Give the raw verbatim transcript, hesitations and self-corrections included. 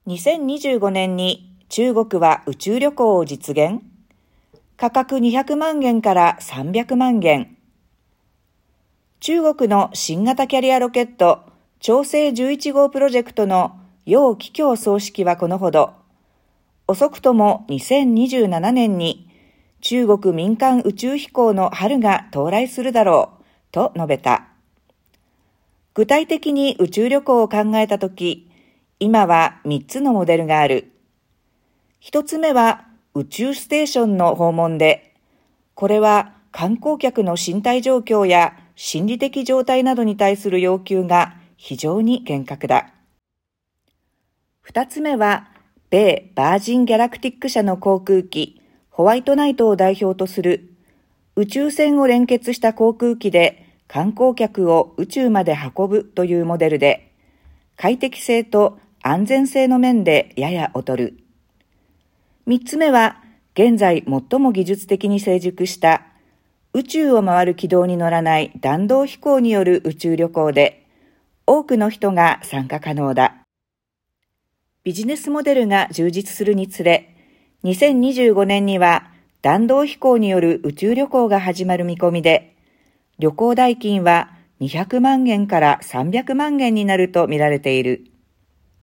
にせんにじゅうごねんに中国は宇宙旅行を実現。価格にひゃくまんげんからさんびゃくまんげん。中国の新型キャリアロケット長征じゅういち号プロジェクトの楊貴強総指揮はこのほど、遅くともにせんにじゅうななねんに中国民間宇宙飛行の春が到来するだろうと述べた。具体的に宇宙旅行を考えたとき、今はみっつのモデルがある。一つ目は宇宙ステーションの訪問で、これは観光客の身体状況や心理的状態などに対する要求が非常に厳格だ。二つ目は、米バージン・ギャラクティック社の航空機ホワイトナイトを代表とする宇宙船を連結した航空機で観光客を宇宙まで運ぶというモデルで、快適性と安全性の面でやや劣る。三つ目は、現在最も技術的に成熟した宇宙を回る軌道に乗らない弾道飛行による宇宙旅行で、多くの人が参加可能だ。ビジネスモデルが充実するにつれ、にせんにじゅうごねんには弾道飛行による宇宙旅行が始まる見込みで、旅行代金はにひゃくまんげんからさんびゃくまんげんになると見られている。